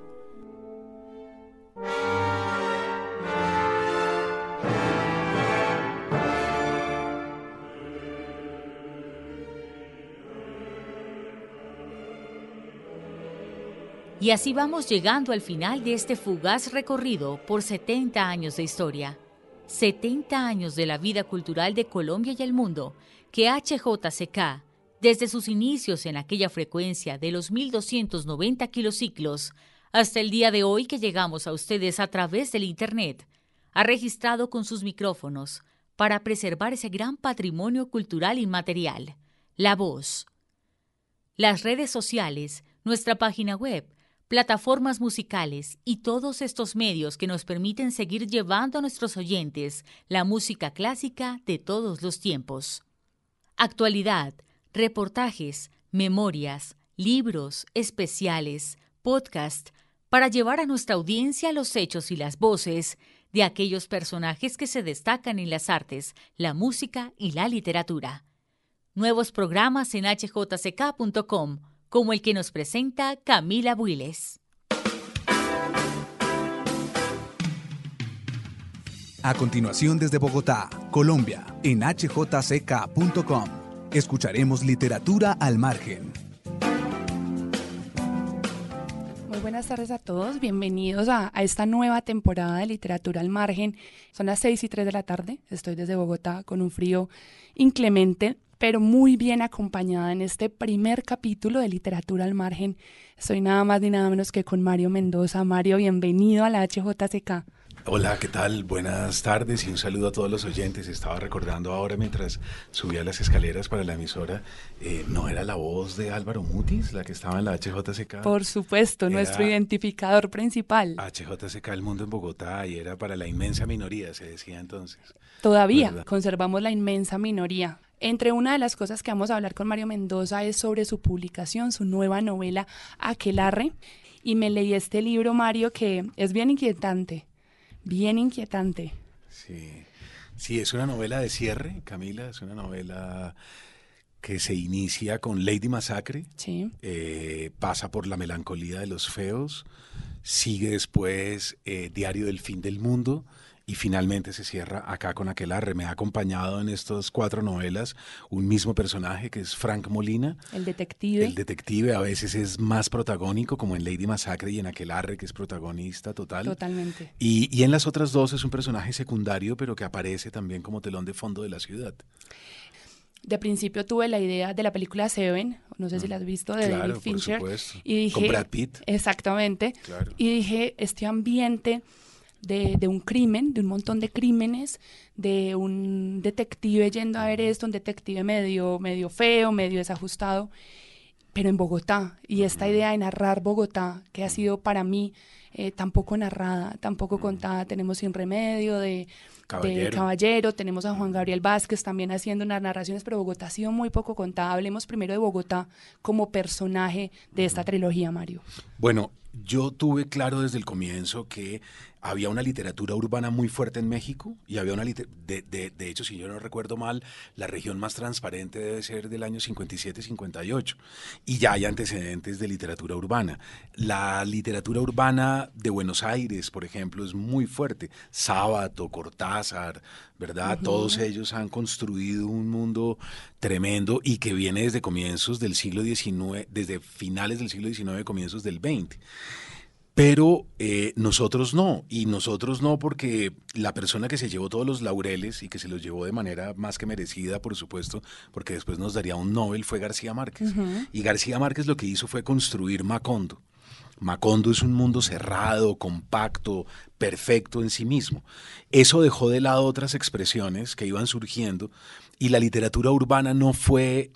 Speaker 1: Y así vamos llegando al final de este fugaz recorrido por 70 años de historia. 70 años de la vida cultural de Colombia y el mundo, que HJCK, desde sus inicios en aquella frecuencia de los 1290 kilociclos, hasta el día de hoy que llegamos a ustedes a través del Internet, ha registrado con sus micrófonos para preservar ese gran patrimonio cultural inmaterial, la voz. Las redes sociales, nuestra página web, plataformas musicales y todos estos medios que nos permiten seguir llevando a nuestros oyentes la música clásica de todos los tiempos. Actualidad, reportajes, memorias, libros, especiales, podcast, para llevar a nuestra audiencia los hechos y las voces de aquellos personajes que se destacan en las artes, la música y la literatura. Nuevos programas en hjck.com, como el que nos presenta Camila Builes.
Speaker 9: A continuación desde Bogotá, Colombia, en hjck.com, escucharemos literatura al margen.
Speaker 3: Muy buenas tardes a todos, bienvenidos a esta nueva temporada de Literatura al Margen. Son las 6:03 de la tarde, estoy desde Bogotá con un frío inclemente, pero muy bien acompañada en este primer capítulo de Literatura al Margen. Estoy nada más ni nada menos que con Mario Mendoza. Mario, bienvenido a la HJCK.
Speaker 22: Hola, ¿qué tal? Buenas tardes y un saludo a todos los oyentes. Estaba recordando ahora mientras subía las escaleras para la emisora, ¿no era la voz de Álvaro Mutis la que estaba en la HJCK?
Speaker 3: Por supuesto, nuestro identificador principal.
Speaker 22: HJCK, el mundo en Bogotá, y era para la inmensa minoría, se decía entonces.
Speaker 3: Todavía
Speaker 22: ¿verdad?
Speaker 3: Conservamos la inmensa minoría. Entre una de las cosas que vamos a hablar con Mario Mendoza es sobre su publicación, su nueva novela Aquelarre. Y me leí este libro, Mario, que es bien inquietante. Bien inquietante.
Speaker 22: Sí, es una novela de cierre, Camila, es una novela que se inicia con Lady Masacre,
Speaker 3: sí.
Speaker 22: Pasa por La melancolía de los feos, sigue después Diario del fin del mundo, y finalmente se cierra acá con Aquelarre. Me ha acompañado en estas 4 novelas un mismo personaje que es Frank Molina.
Speaker 3: El detective.
Speaker 22: El detective a veces es más protagónico, como en Lady Masacre y en Aquelarre, que es protagonista total.
Speaker 3: Totalmente.
Speaker 22: Y en las otras 2 es un personaje secundario, pero que aparece también como telón de fondo de la ciudad.
Speaker 3: De principio tuve la idea de la película Seven, no sé si la has visto, de David Fincher.
Speaker 22: Por supuesto.
Speaker 3: Y dije,
Speaker 22: con Brad Pitt.
Speaker 3: Exactamente.
Speaker 22: Claro.
Speaker 3: Y dije, este ambiente de un crimen, de un montón de crímenes, de un detective yendo a ver esto, un detective medio feo, medio desajustado, pero en Bogotá. Y esta idea de narrar Bogotá, que ha sido para mí tan poco narrada, tan poco contada. Tenemos Sin Remedio de Caballero, tenemos a Juan Gabriel Vázquez también haciendo unas narraciones, pero Bogotá ha sido muy poco contada. Hablemos primero de Bogotá como personaje de esta trilogía, Mario.
Speaker 22: Bueno, yo tuve claro desde el comienzo que había una literatura urbana muy fuerte en México y había una de hecho, si yo no recuerdo mal, la región más transparente debe ser del año 57-58 y ya hay antecedentes de literatura urbana. La literatura urbana de Buenos Aires, por ejemplo, es muy fuerte. Sábato, Cortázar, ¿verdad? Todos ellos han construido un mundo tremendo y que viene desde comienzos del siglo XIX, desde finales del siglo XIX, comienzos del XX. Pero nosotros no, y nosotros no porque la persona que se llevó todos los laureles y que se los llevó de manera más que merecida, por supuesto, porque después nos daría un Nobel, fue García Márquez. Y García Márquez lo que hizo fue construir Macondo. Macondo es un mundo cerrado, compacto, perfecto en sí mismo. Eso dejó de lado otras expresiones que iban surgiendo y la literatura urbana no fue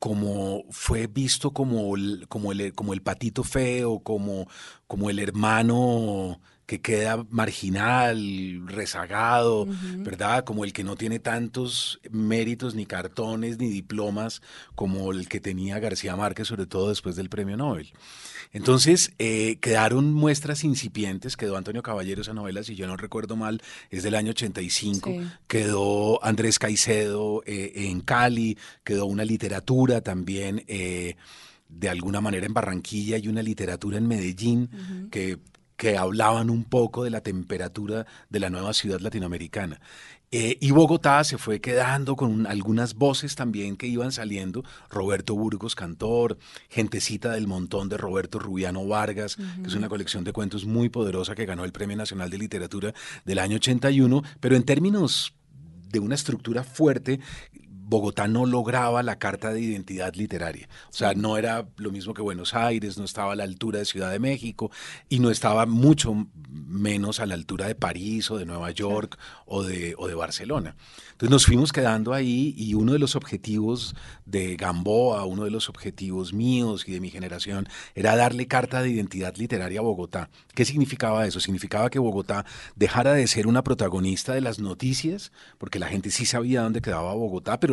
Speaker 22: fue visto como el patito feo, como el hermano que queda marginal, rezagado, ¿verdad? Como el que no tiene tantos méritos, ni cartones, ni diplomas, como el que tenía García Márquez, sobre todo después del Premio Nobel. Entonces, quedaron muestras incipientes, quedó Antonio Caballero, esa novela, si yo no recuerdo mal, es del año 85, sí. Quedó Andrés Caicedo en Cali, quedó una literatura también, de alguna manera en Barranquilla, y una literatura en Medellín, que hablaban un poco de la temperatura de la nueva ciudad latinoamericana. Y Bogotá se fue quedando con algunas voces también que iban saliendo. Roberto Burgos, cantor, Gentecita del Montón de Roberto Rubiano Vargas, que es una colección de cuentos muy poderosa que ganó el Premio Nacional de Literatura del año 81, pero en términos de una estructura fuerte, Bogotá no lograba la carta de identidad literaria. O sea, no era lo mismo que Buenos Aires, no estaba a la altura de Ciudad de México y no estaba mucho menos a la altura de París o de Nueva York o de Barcelona. Entonces nos fuimos quedando ahí y uno de los objetivos de Gamboa, uno de los objetivos míos y de mi generación era darle carta de identidad literaria a Bogotá. ¿Qué significaba eso? Significaba que Bogotá dejara de ser una protagonista de las noticias, porque la gente sí sabía dónde quedaba Bogotá, pero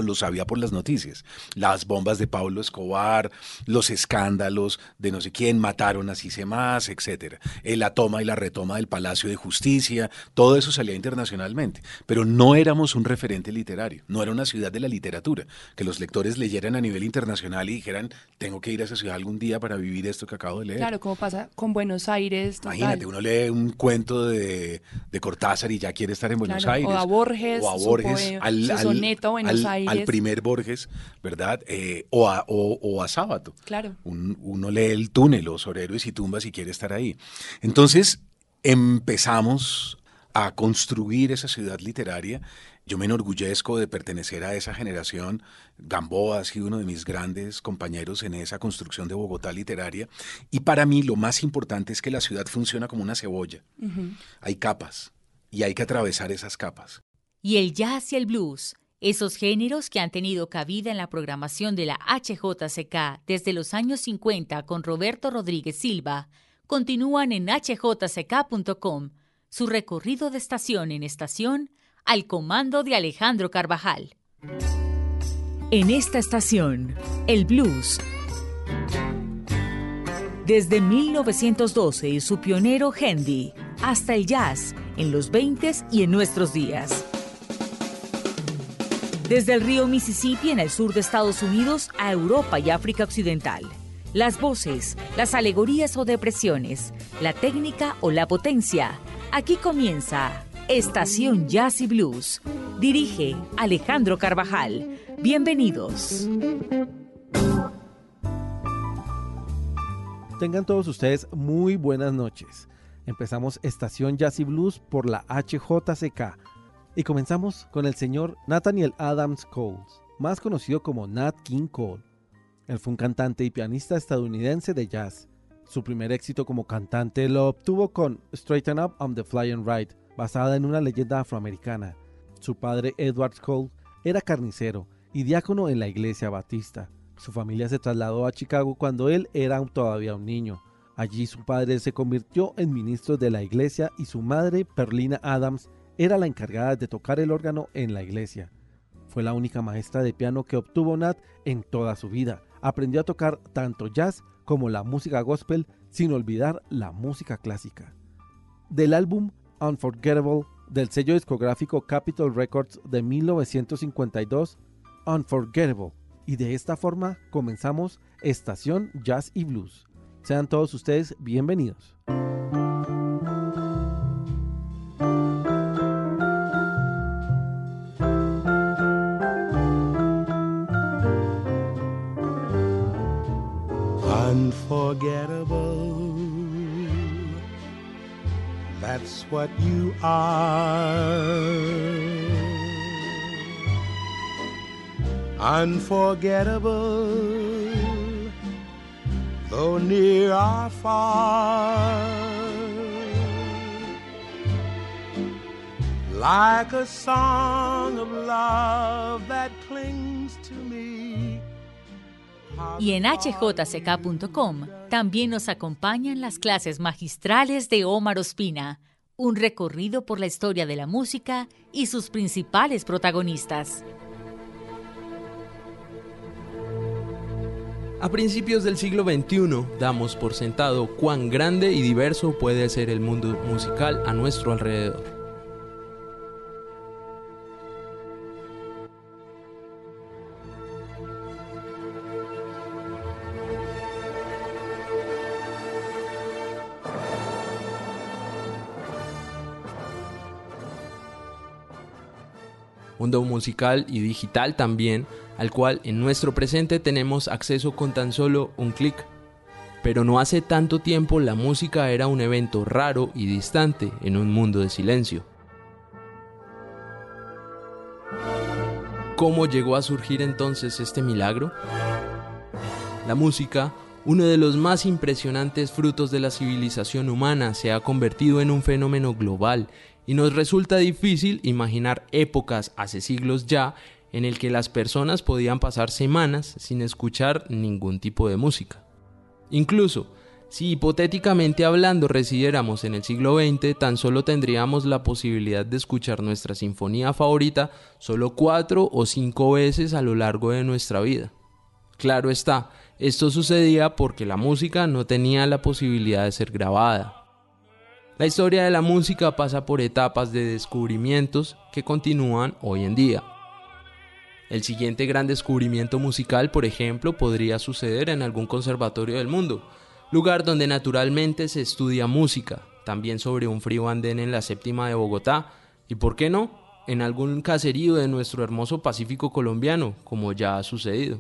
Speaker 22: lo sabía por las noticias. Las bombas de Pablo Escobar, los escándalos de no sé quién, mataron a Sisemás, etcétera. La toma y la retoma del Palacio de Justicia, todo eso salía internacionalmente. Pero no éramos un referente literario, no era una ciudad de la literatura, que los lectores leyeran a nivel internacional y dijeran, tengo que ir a esa ciudad algún día para vivir esto que acabo de leer.
Speaker 3: Claro, como pasa con Buenos Aires. Total.
Speaker 22: Imagínate, uno lee un cuento de Cortázar y ya quiere estar en Buenos Aires.
Speaker 3: O a Borges, su soneto Buenos Aires.
Speaker 22: Al primer Borges, ¿verdad? O a Sábato.
Speaker 3: Claro.
Speaker 22: Uno lee El túnel o Sobre héroes y tumbas y quiere estar ahí. Entonces empezamos a construir esa ciudad literaria. Yo me enorgullezco de pertenecer a esa generación. Gamboa ha sido uno de mis grandes compañeros en esa construcción de Bogotá literaria. Y para mí lo más importante es que la ciudad funciona como una cebolla. Hay capas y hay que atravesar esas capas.
Speaker 1: Y el jazz y el blues, esos géneros que han tenido cabida en la programación de la HJCK desde los años 50 con Roberto Rodríguez Silva, continúan en hjck.com, su recorrido de estación en estación, al comando de Alejandro Carvajal. En esta estación, el blues. Desde 1912 y su pionero Handy, hasta el jazz, en los 20s y en nuestros días. Desde el río Mississippi en el sur de Estados Unidos a Europa y África Occidental. Las voces, las alegorías o depresiones, la técnica o la potencia. Aquí comienza Estación Jazz y Blues. Dirige Alejandro Carvajal. Bienvenidos.
Speaker 4: Tengan todos ustedes muy buenas noches. Empezamos Estación Jazz y Blues por la HJCK y comenzamos con el señor Nathaniel Adams Cole, más conocido como Nat King Cole. Él fue un cantante y pianista estadounidense de jazz. Su primer éxito como cantante lo obtuvo con Straighten Up on the Flying Ride, basada en una leyenda afroamericana. Su padre, Edward Cole, era carnicero y diácono en la iglesia batista. Su familia se trasladó a Chicago cuando él era todavía un niño. Allí su padre se convirtió en ministro de la iglesia y su madre, Perlina Adams, era la encargada de tocar el órgano en la iglesia. Fue la única maestra de piano que obtuvo Nat en toda su vida. Aprendió a tocar tanto jazz como la música gospel, sin olvidar la música clásica. Del álbum Unforgettable del sello discográfico Capitol Records de 1952, Unforgettable. Y de esta forma comenzamos Estación Jazz y Blues. Sean todos ustedes bienvenidos.
Speaker 5: Unforgettable, that's what you are. Unforgettable, though near or far. Like a song of love that clings to me.
Speaker 1: Y en hjck.com también nos acompañan las clases magistrales de Omar Ospina, un recorrido por la historia de la música y sus principales protagonistas.
Speaker 23: A principios del siglo XXI damos por sentado cuán grande y diverso puede ser el mundo musical a nuestro alrededor. Mundo musical y digital también, al cual en nuestro presente tenemos acceso con tan solo un clic. Pero no hace tanto tiempo la música era un evento raro y distante en un mundo de silencio. ¿Cómo llegó a surgir entonces este milagro? La música, uno de los más impresionantes frutos de la civilización humana, se ha convertido en un fenómeno global y nos resulta difícil imaginar épocas hace siglos ya en el que las personas podían pasar semanas sin escuchar ningún tipo de música. Incluso, Si hipotéticamente hablando residiéramos en el siglo XX, tan solo tendríamos la posibilidad de escuchar nuestra sinfonía favorita solo 4 o 5 veces a lo largo de nuestra vida. Claro está, esto sucedía porque la música no tenía la posibilidad de ser grabada. La historia de la música pasa por etapas de descubrimientos que continúan hoy en día. El siguiente gran descubrimiento musical, por ejemplo, podría suceder en algún conservatorio del mundo, lugar donde naturalmente se estudia música, también sobre un frío andén en la séptima de Bogotá, y por qué no, en algún caserío de nuestro hermoso Pacífico colombiano, como ya ha sucedido.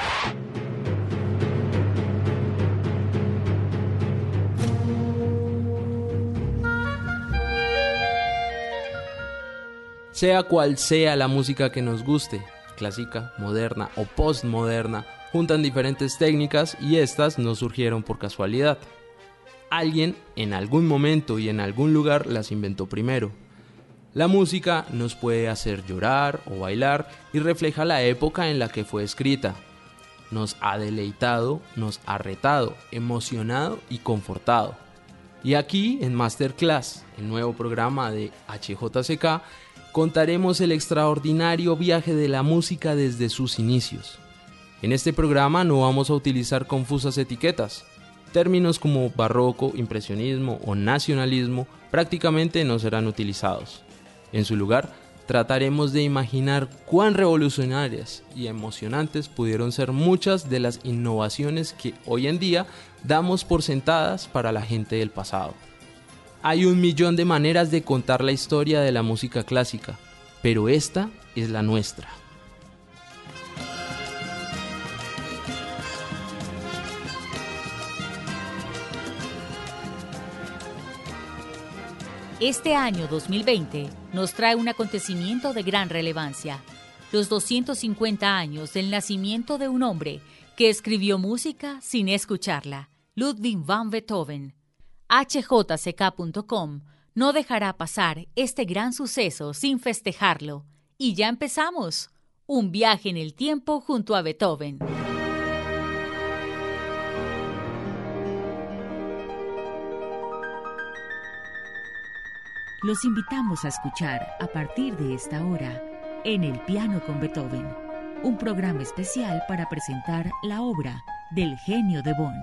Speaker 23: Sea cual sea la música que nos guste, clásica, moderna o postmoderna, juntan diferentes técnicas y estas no surgieron por casualidad. Alguien, en algún momento y en algún lugar, las inventó primero. La música nos puede hacer llorar o bailar y refleja la época en la que fue escrita. Nos ha deleitado, nos ha retado, emocionado y confortado. Y aquí, en Masterclass, el nuevo programa de HJCK, contaremos el extraordinario viaje de la música desde sus inicios. En este programa no vamos a utilizar confusas etiquetas. Términos como barroco, impresionismo o nacionalismo prácticamente no serán utilizados. En su lugar, trataremos de imaginar cuán revolucionarias y emocionantes pudieron ser muchas de las innovaciones que hoy en día damos por sentadas para la gente del pasado. Hay 1.000.000 de maneras de contar la historia de la música clásica, pero esta es la nuestra.
Speaker 1: Este año 2020 nos trae un acontecimiento de gran relevancia, los 250 años del nacimiento de un hombre que escribió música sin escucharla, Ludwig van Beethoven. HJCK.com no dejará pasar este gran suceso sin festejarlo. Y ya empezamos, un viaje en el tiempo junto a Beethoven. Los invitamos a escuchar a partir de esta hora En el piano con Beethoven, un programa especial para presentar la obra del genio de Bonn.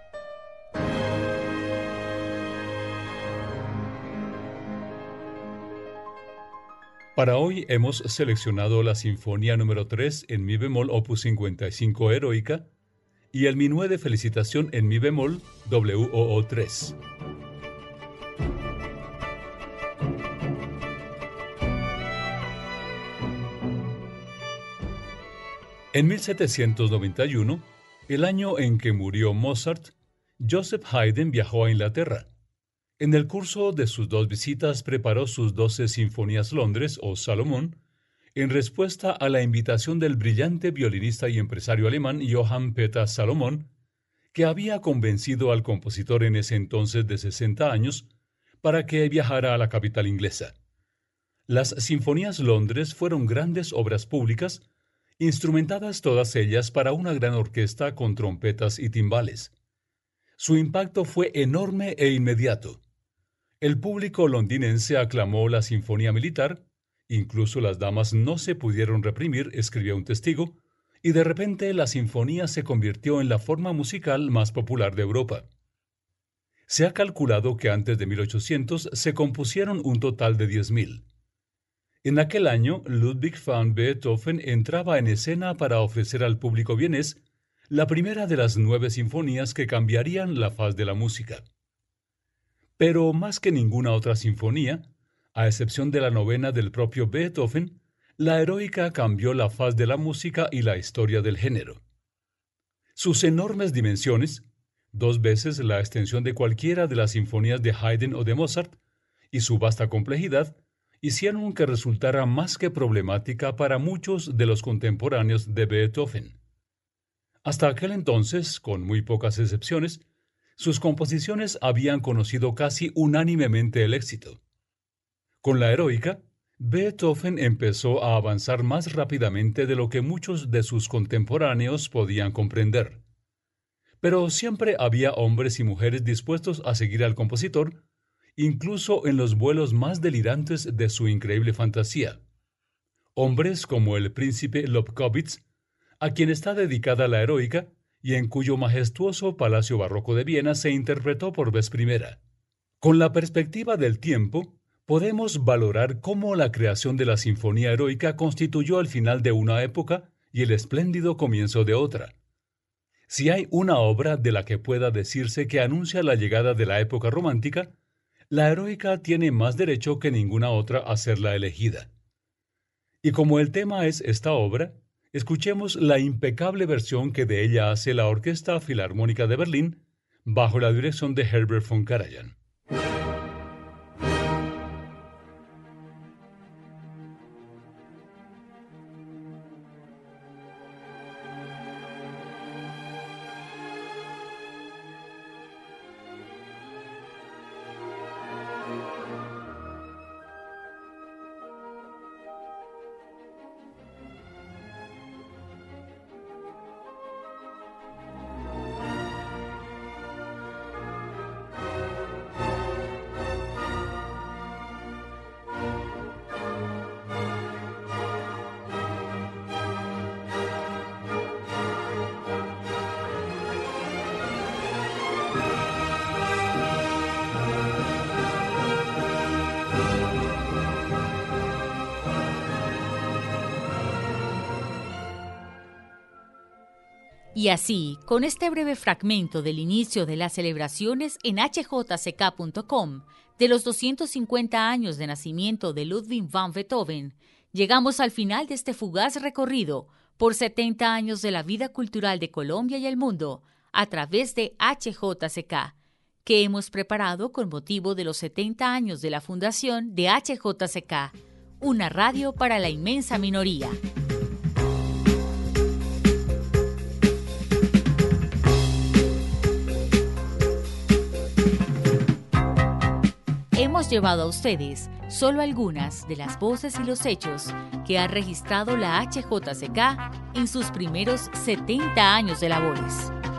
Speaker 6: Para hoy hemos seleccionado la Sinfonía número 3 en Mi bemol opus 55 Heroica y el Minué de Felicitación en Mi bemol WOO 3. En 1791, el año en que murió Mozart, Joseph Haydn viajó a Inglaterra. En el curso de sus 2 visitas preparó sus 12 Sinfonías Londres o Salomón, en respuesta a la invitación del brillante violinista y empresario alemán Johann Peter Salomón, que había convencido al compositor en ese entonces de 60 años para que viajara a la capital inglesa. Las Sinfonías Londres fueron grandes obras públicas, instrumentadas todas ellas para una gran orquesta con trompetas y timbales. Su impacto fue enorme e inmediato. El público londinense aclamó la Sinfonía Militar, incluso las damas no se pudieron reprimir, escribió un testigo, y de repente la sinfonía se convirtió en la forma musical más popular de Europa. Se ha calculado que antes de 1800 se compusieron un total de 10.000. En aquel año, Ludwig van Beethoven entraba en escena para ofrecer al público vienés la primera de las 9 sinfonías que cambiarían la faz de la música. Pero más que ninguna otra sinfonía, a excepción de la 9ª del propio Beethoven, la Heroica cambió la faz de la música y la historia del género. Sus enormes dimensiones, 2 veces la extensión de cualquiera de las sinfonías de Haydn o de Mozart, y su vasta complejidad, hicieron que resultara más que problemática para muchos de los contemporáneos de Beethoven. Hasta aquel entonces, con muy pocas excepciones, sus composiciones habían conocido casi unánimemente el éxito. Con la Heroica, Beethoven empezó a avanzar más rápidamente de lo que muchos de sus contemporáneos podían comprender. Pero siempre había hombres y mujeres dispuestos a seguir al compositor, incluso en los vuelos más delirantes de su increíble fantasía. Hombres como el príncipe Lobkowitz, a quien está dedicada la Heroica y en cuyo majestuoso Palacio Barroco de Viena se interpretó por vez primera. Con la perspectiva del tiempo, podemos valorar cómo la creación de la Sinfonía Heroica constituyó el final de una época y el espléndido comienzo de otra. Si hay una obra de la que pueda decirse que anuncia la llegada de la época romántica, la Heroica tiene más derecho que ninguna otra a ser la elegida. Y como el tema es esta obra, escuchemos la impecable versión que de ella hace la Orquesta Filarmónica de Berlín, bajo la dirección de Herbert von Karajan.
Speaker 1: Y así, con este breve fragmento del inicio de las celebraciones en hjck.com de los 250 años de nacimiento de Ludwig van Beethoven, llegamos al final de este fugaz recorrido por 70 años de la vida cultural de Colombia y el mundo a través de HJCK, que hemos preparado con motivo de los 70 años de la fundación de HJCK, una radio para la inmensa minoría. Hemos llevado a ustedes solo algunas de las voces y los hechos que ha registrado la HJCK en sus primeros 70 años de labores.